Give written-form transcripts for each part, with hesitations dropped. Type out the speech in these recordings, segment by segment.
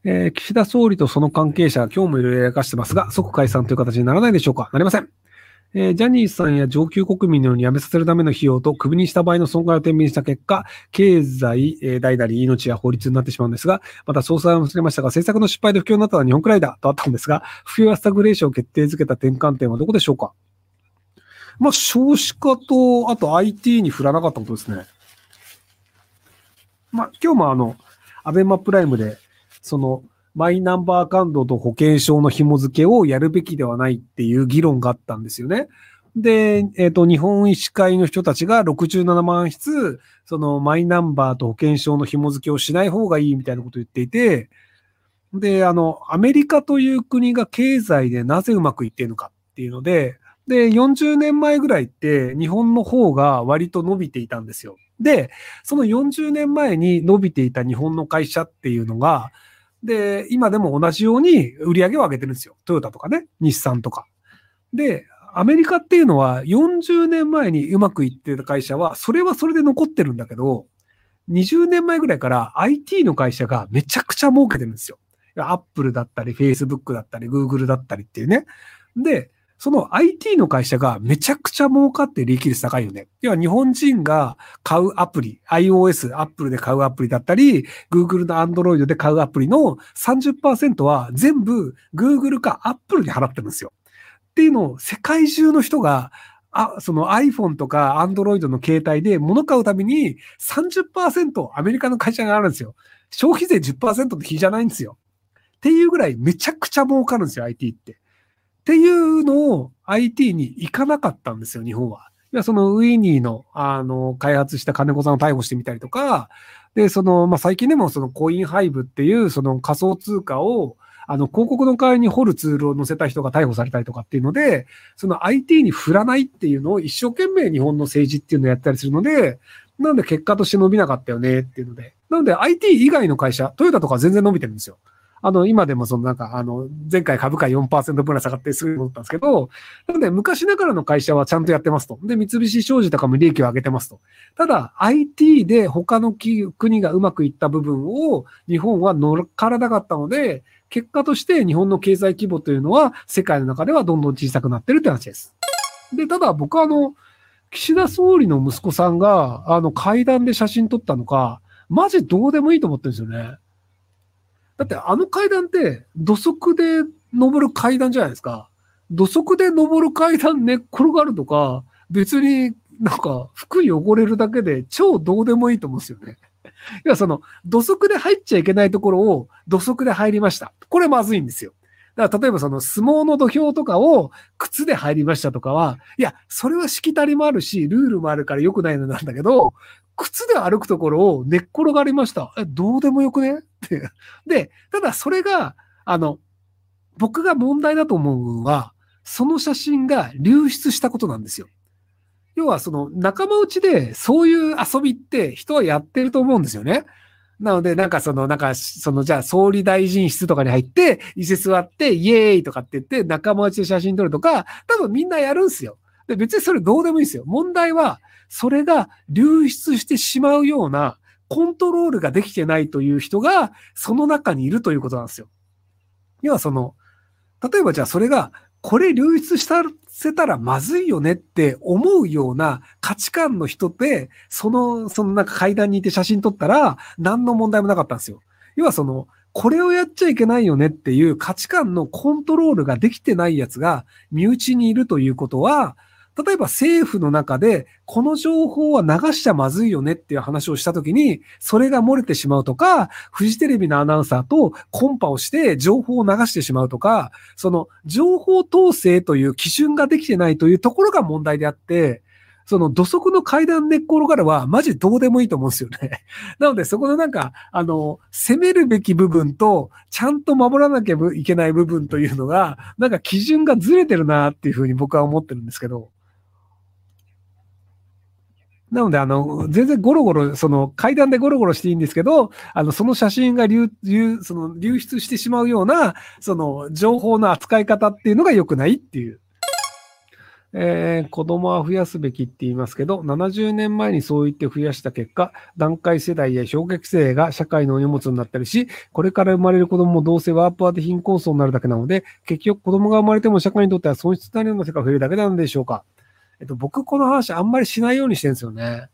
岸田総理とその関係者が今日もいろいろやらかしてますが、即解散という形にならないでしょうか。なりません。ジャニーさんや上級国民のように辞めさせるための費用とクビにした場合の損害を天秤した結果、経済、代なり命や法律になってしまうんですが、また総裁も忘れましたが、政策の失敗で不況になったのは日本くらいだとあったんですが、不況やスタグレーションを決定づけた転換点はどこでしょうか。少子化と、あと IT に振らなかったことですね。今日もアベマプライムで、マイナンバーカードと保険証の紐付けをやるべきではないっていう議論があったんですよね。で、日本医師会の人たちが67万筆、マイナンバーと保険証の紐付けをしない方がいいみたいなことを言っていて、で、アメリカという国が経済でなぜうまくいっているのかっていうので、40年前ぐらいって日本の方が割と伸びていたんですよ。で、その40年前に伸びていた日本の会社っていうのが、で、今でも同じように売り上げを上げてるんですよ。トヨタとかね、日産とか。で、アメリカっていうのは40年前にうまくいってた会社は、それはそれで残ってるんだけど、20年前ぐらいから IT の会社がめちゃくちゃ儲けてるんですよ。アップルだったり、Facebook だったり、Google だったりっていうね。で、その IT の会社がめちゃくちゃ儲かって利益率高いよね。要は日本人が買うアプリ、iOS、Apple で買うアプリだったり、Google の Android で買うアプリの 30% は全部 Google か Apple に払ってるんですよ。っていうのを世界中の人が、その iPhone とか Android の携帯で物買うたびに 30% アメリカの会社があるんですよ。消費税 10% って比じゃないんですよ。っていうぐらいめちゃくちゃ儲かるんですよ、IT って。っていうのを IT に行かなかったんですよ、日本は。いや、そのウィニーの、開発した金子さんを逮捕してみたりとか、で、最近でもそのコインハイブっていうその仮想通貨を、広告の代わりに掘るツールを載せた人が逮捕されたりとかっていうので、その IT に振らないっていうのを一生懸命日本の政治っていうのをやったりするので、なんで結果として伸びなかったよねっていうので。なので IT 以外の会社、トヨタとか全然伸びてるんですよ。今でも前回株価 4% 分らい下がってすぐ戻ったんですけど、なので昔ながらの会社はちゃんとやってますと。で、三菱商事とかも利益を上げてますと。ただ、IT で他の国がうまくいった部分を日本は乗っからなかったので、結果として日本の経済規模というのは世界の中ではどんどん小さくなってるって話です。で、ただ僕は岸田総理の息子さんが階段で写真撮ったのか、マジどうでもいいと思ってるんですよね。だって階段って土足で登る階段じゃないですか。土足で登る階段寝っ転がるとか、別に服汚れるだけで超どうでもいいと思うんですよね。いや、土足で入っちゃいけないところを土足で入りました。これまずいんですよ。だから例えば相撲の土俵とかを靴で入りましたとかは、いや、それはしきたりもあるし、ルールもあるから良くないのなんだけど、靴で歩くところを寝っ転がりました。どうでもよくねって。で、ただそれが、僕が問題だと思うのは、その写真が流出したことなんですよ。要は仲間内でそういう遊びって人はやってると思うんですよね。なので、じゃあ総理大臣室とかに入って、椅子座って、イエーイとかって言って、仲間内で写真撮るとか、多分みんなやるんですよ。で、別にそれどうでもいいですよ。問題は、それが流出してしまうようなコントロールができてないという人が、その中にいるということなんですよ。要は例えばじゃあそれが、これ流出させたらまずいよねって思うような価値観の人で、階段にいて写真撮ったら何の問題もなかったんですよ。要はこれをやっちゃいけないよねっていう価値観のコントロールができてないやつが身内にいるということは、例えば政府の中でこの情報は流しちゃまずいよねっていう話をしたときに、それが漏れてしまうとか、フジテレビのアナウンサーとコンパをして情報を流してしまうとか、情報統制という基準ができてないというところが問題であって、土足の階段寝っ転がるはマジどうでもいいと思うんですよね。なのでそこの攻めるべき部分と、ちゃんと守らなきゃいけない部分というのが、基準がずれてるなっていうふうに僕は思ってるんですけど、なので、全然ゴロゴロ、階段でゴロゴロしていいんですけど、その写真が流出してしまうような、情報の扱い方っていうのが良くないっていう。 子供は増やすべきって言いますけど、70年前にそう言って増やした結果、団塊世代や氷河期世代が社会の荷物になったりし、これから生まれる子供もどうせワーパーで貧困層になるだけなので、結局子供が生まれても社会にとっては損失になるような世界が増えるだけなんでしょうか。僕この話あんまりしないようにしてるんですよね。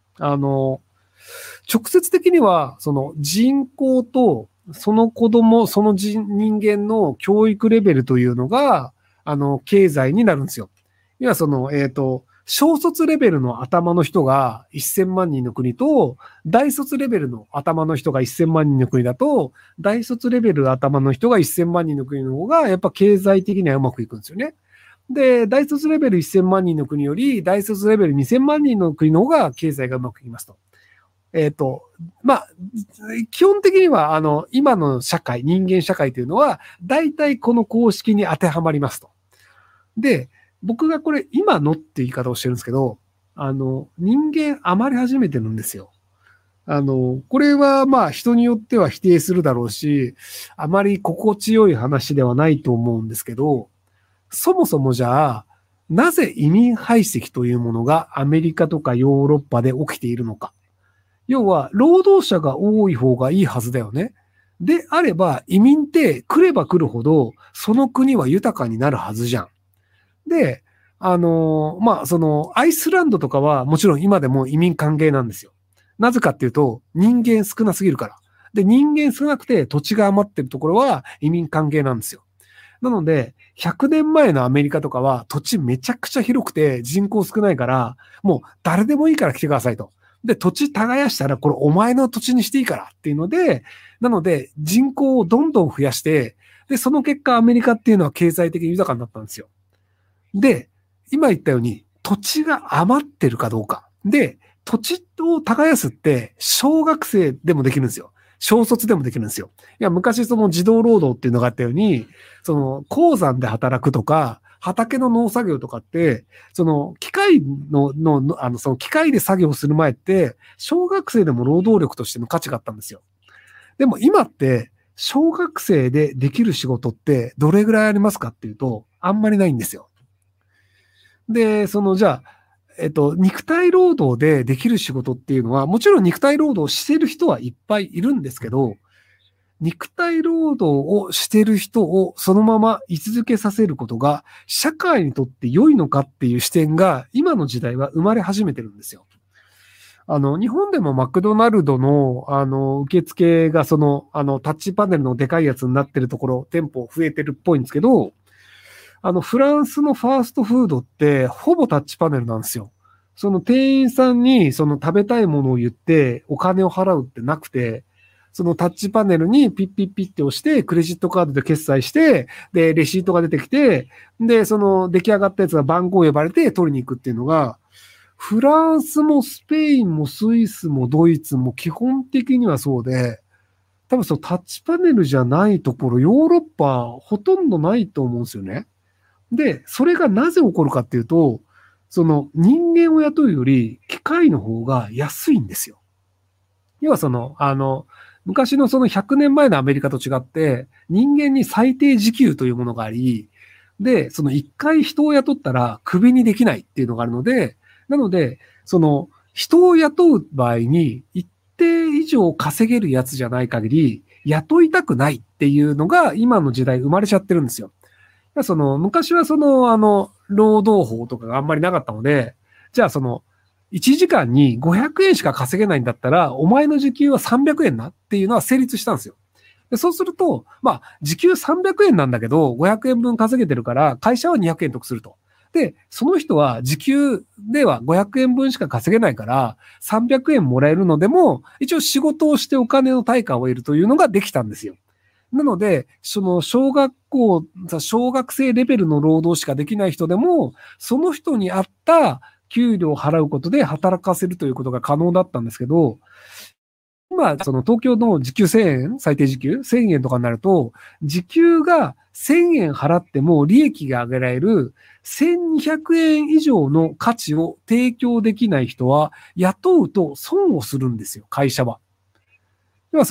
直接的には、その人口とその子供、その人間の教育レベルというのが、経済になるんですよ。要はその、小卒レベルの頭の人が1000万人の国と、大卒レベルの頭の人が1000万人の国だと、大卒レベル頭の人が1000万人の国の方が、やっぱ経済的にはうまくいくんですよね。で、大卒レベル1000万人の国より、大卒レベル2000万人の国の方が経済がうまくいきますと。まあ、基本的には、今の社会、人間社会というのは、大体この公式に当てはまりますと。で、僕がこれ、今のって言い方をしてるんですけど、人間余り始めてるんですよ。これはまあ人によっては否定するだろうし、あまり心地よい話ではないと思うんですけど、そもそもじゃあ、なぜ移民排斥というものがアメリカとかヨーロッパで起きているのか。要は、労働者が多い方がいいはずだよね。であれば、移民って来れば来るほど、その国は豊かになるはずじゃん。で、まあ、その、アイスランドとかはもちろん今でも移民歓迎なんですよ。なぜかっていうと、人間少なすぎるから。で、人間少なくて土地が余ってるところは移民歓迎なんですよ。なので、100年前のアメリカとかは土地めちゃくちゃ広くて人口少ないから、もう誰でもいいから来てくださいと。で、土地耕したらこれお前の土地にしていいからっていうので、なので人口をどんどん増やして、で、その結果アメリカっていうのは経済的に豊かになったんですよ。で、今言ったように土地が余ってるかどうか。で、土地を耕すって小学生でもできるんですよ。小卒でもできるんですよ。いや、昔その児童労働っていうのがあったように、その鉱山で働くとか、畑の農作業とかって、その機械その機械で作業する前って、小学生でも労働力としての価値があったんですよ。でも今って、小学生でできる仕事ってどれぐらいありますかっていうと、あんまりないんですよ。で、じゃあ、肉体労働でできる仕事っていうのは、もちろん肉体労働してる人はいっぱいいるんですけど、肉体労働をしてる人をそのまま居続けさせることが社会にとって良いのかっていう視点が今の時代は生まれ始めてるんですよ。日本でもマクドナルドの、受付がタッチパネルのでかいやつになってるところ、店舗増えてるっぽいんですけど、フランスのファーストフードってほぼタッチパネルなんですよ。その店員さんにその食べたいものを言ってお金を払うってなくて、そのタッチパネルにピッピッピッって押して、クレジットカードで決済して、で、レシートが出てきて、で、その出来上がったやつが番号を呼ばれて取りに行くっていうのが、フランスもスペインもスイスもドイツも基本的にはそうで、多分タッチパネルじゃないところ、ヨーロッパほとんどないと思うんですよね。で、それがなぜ起こるかっていうと、その人間を雇うより機械の方が安いんですよ。要は昔のその100年前のアメリカと違って、人間に最低時給というものがあり、で、その一回人を雇ったらクビにできないっていうのがあるので、なので、人を雇う場合に一定以上稼げるやつじゃない限り、雇いたくないっていうのが今の時代生まれちゃってるんですよ。昔は労働法とかがあんまりなかったので、じゃあ1時間に500円しか稼げないんだったら、お前の時給は300円なっていうのは成立したんですよ。でそうすると、まあ、時給300円なんだけど、500円分稼げてるから、会社は200円得すると。で、その人は時給では500円分しか稼げないから、300円もらえるのでも、一応仕事をしてお金の対価を得るというのができたんですよ。なので、小学生レベルの労働しかできない人でも、その人に合った給料を払うことで働かせるということが可能だったんですけど、今、東京の時給1000円、最低時給1000円とかになると、時給が1000円払っても利益が上げられる1200円以上の価値を提供できない人は雇うと損をするんですよ、会社は。要は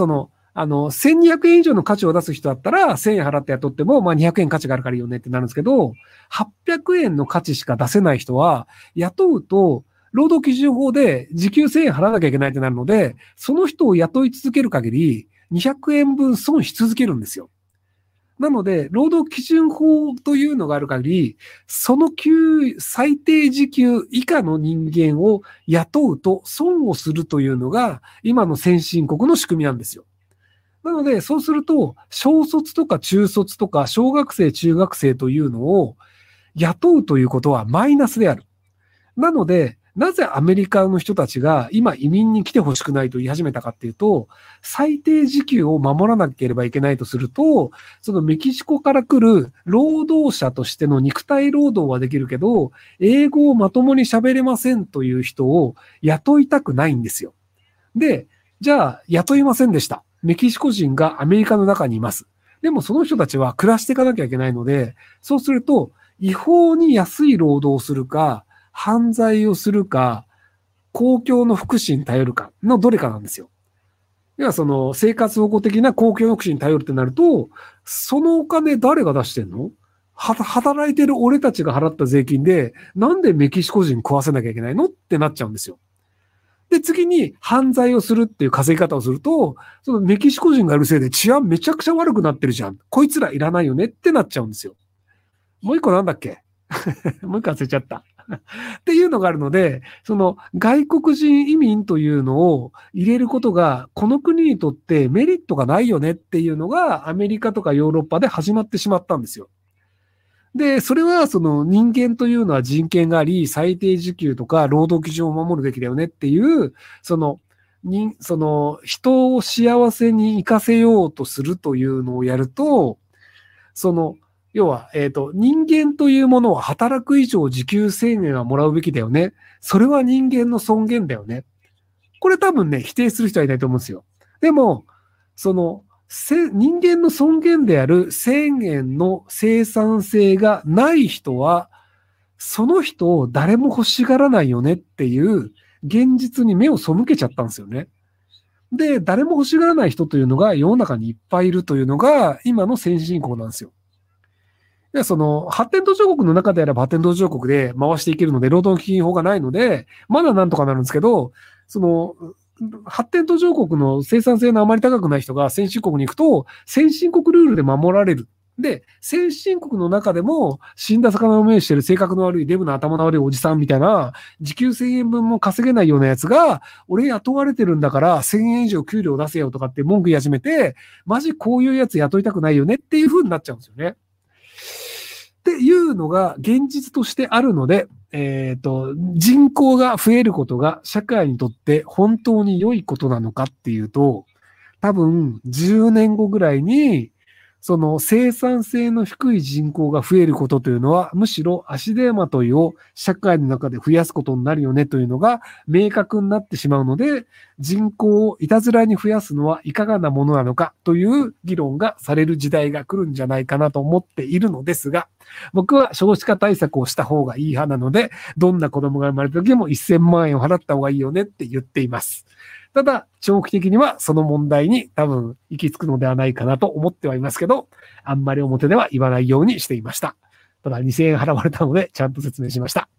1200円以上の価値を出す人だったら、1000円払って雇っても、まあ200円価値があるからいいよねってなるんですけど、800円の価値しか出せない人は、雇うと、労働基準法で時給1000円払わなきゃいけないってなるので、その人を雇い続ける限り、200円分損し続けるんですよ。なので、労働基準法というのがある限り、その最低時給以下の人間を雇うと損をするというのが、今の先進国の仕組みなんですよ。なので、そうすると、小卒とか中卒とか小学生、中学生というのを雇うということはマイナスである。なので、なぜアメリカの人たちが今移民に来てほしくないと言い始めたかっていうと、最低時給を守らなければいけないとすると、そのメキシコから来る労働者としての肉体労働はできるけど、英語をまともに喋れませんという人を雇いたくないんですよ。で、じゃあ雇いませんでした。メキシコ人がアメリカの中にいます。でもその人たちは暮らしていかなきゃいけないので、そうすると違法に安い労働をするか、犯罪をするか、公共の福祉に頼るかのどれかなんですよ。要はその生活保護的な公共の福祉に頼るってなると、そのお金誰が出してんの？働いてる俺たちが払った税金で、なんでメキシコ人食わせなきゃいけないのってなっちゃうんですよ。で、次に犯罪をするっていう稼ぎ方をすると、そのメキシコ人がいるせいで治安めちゃくちゃ悪くなってるじゃん。こいつらいらないよねってなっちゃうんですよ。もう一個なんだっけもう一個忘れちゃった。っていうのがあるので、その外国人移民というのを入れることが、この国にとってメリットがないよねっていうのがアメリカとかヨーロッパで始まってしまったんですよ。で、それはその人間というのは人権があり、最低時給とか労働基準を守るべきだよねっていう、その人を幸せに生かせようとするというのをやると、要は、人間というものは働く以上時給1000円はもらうべきだよね。それは人間の尊厳だよね。これ多分ね、否定する人はいないと思うんですよ。でも、人間の尊厳である1000円の生産性がない人は、その人を誰も欲しがらないよねっていう現実に目を背けちゃったんですよね。で、誰も欲しがらない人というのが世の中にいっぱいいるというのが今の先進国なんですよ。で、発展途上国の中であれば発展途上国で回していけるので、労働基準法がないので、まだなんとかなるんですけど、発展途上国の生産性のあまり高くない人が先進国に行くと、先進国ルールで守られる。で、先進国の中でも死んだ魚を目してる性格の悪いデブな頭の悪いおじさんみたいな、時給1000円分も稼げないようなやつが、俺雇われてるんだから1000円以上給料出せよとかって文句言い始めて、マジこういうやつ雇いたくないよねっていう風になっちゃうんですよね。っていうのが現実としてあるので、人口が増えることが社会にとって本当に良いことなのかっていうと、多分10年後ぐらいに、その生産性の低い人口が増えることというのは、むしろ足手まといを社会の中で増やすことになるよねというのが明確になってしまうので、人口をいたずらに増やすのはいかがなものなのかという議論がされる時代が来るんじゃないかなと思っているのですが、僕は少子化対策をした方がいい派なので、どんな子供が生まれた時も1000万円を払った方がいいよねって言っています。ただ、長期的にはその問題に多分行き着くのではないかなと思ってはいますけど、あんまり表では言わないようにしていました。ただ2000円払われたのでちゃんと説明しました。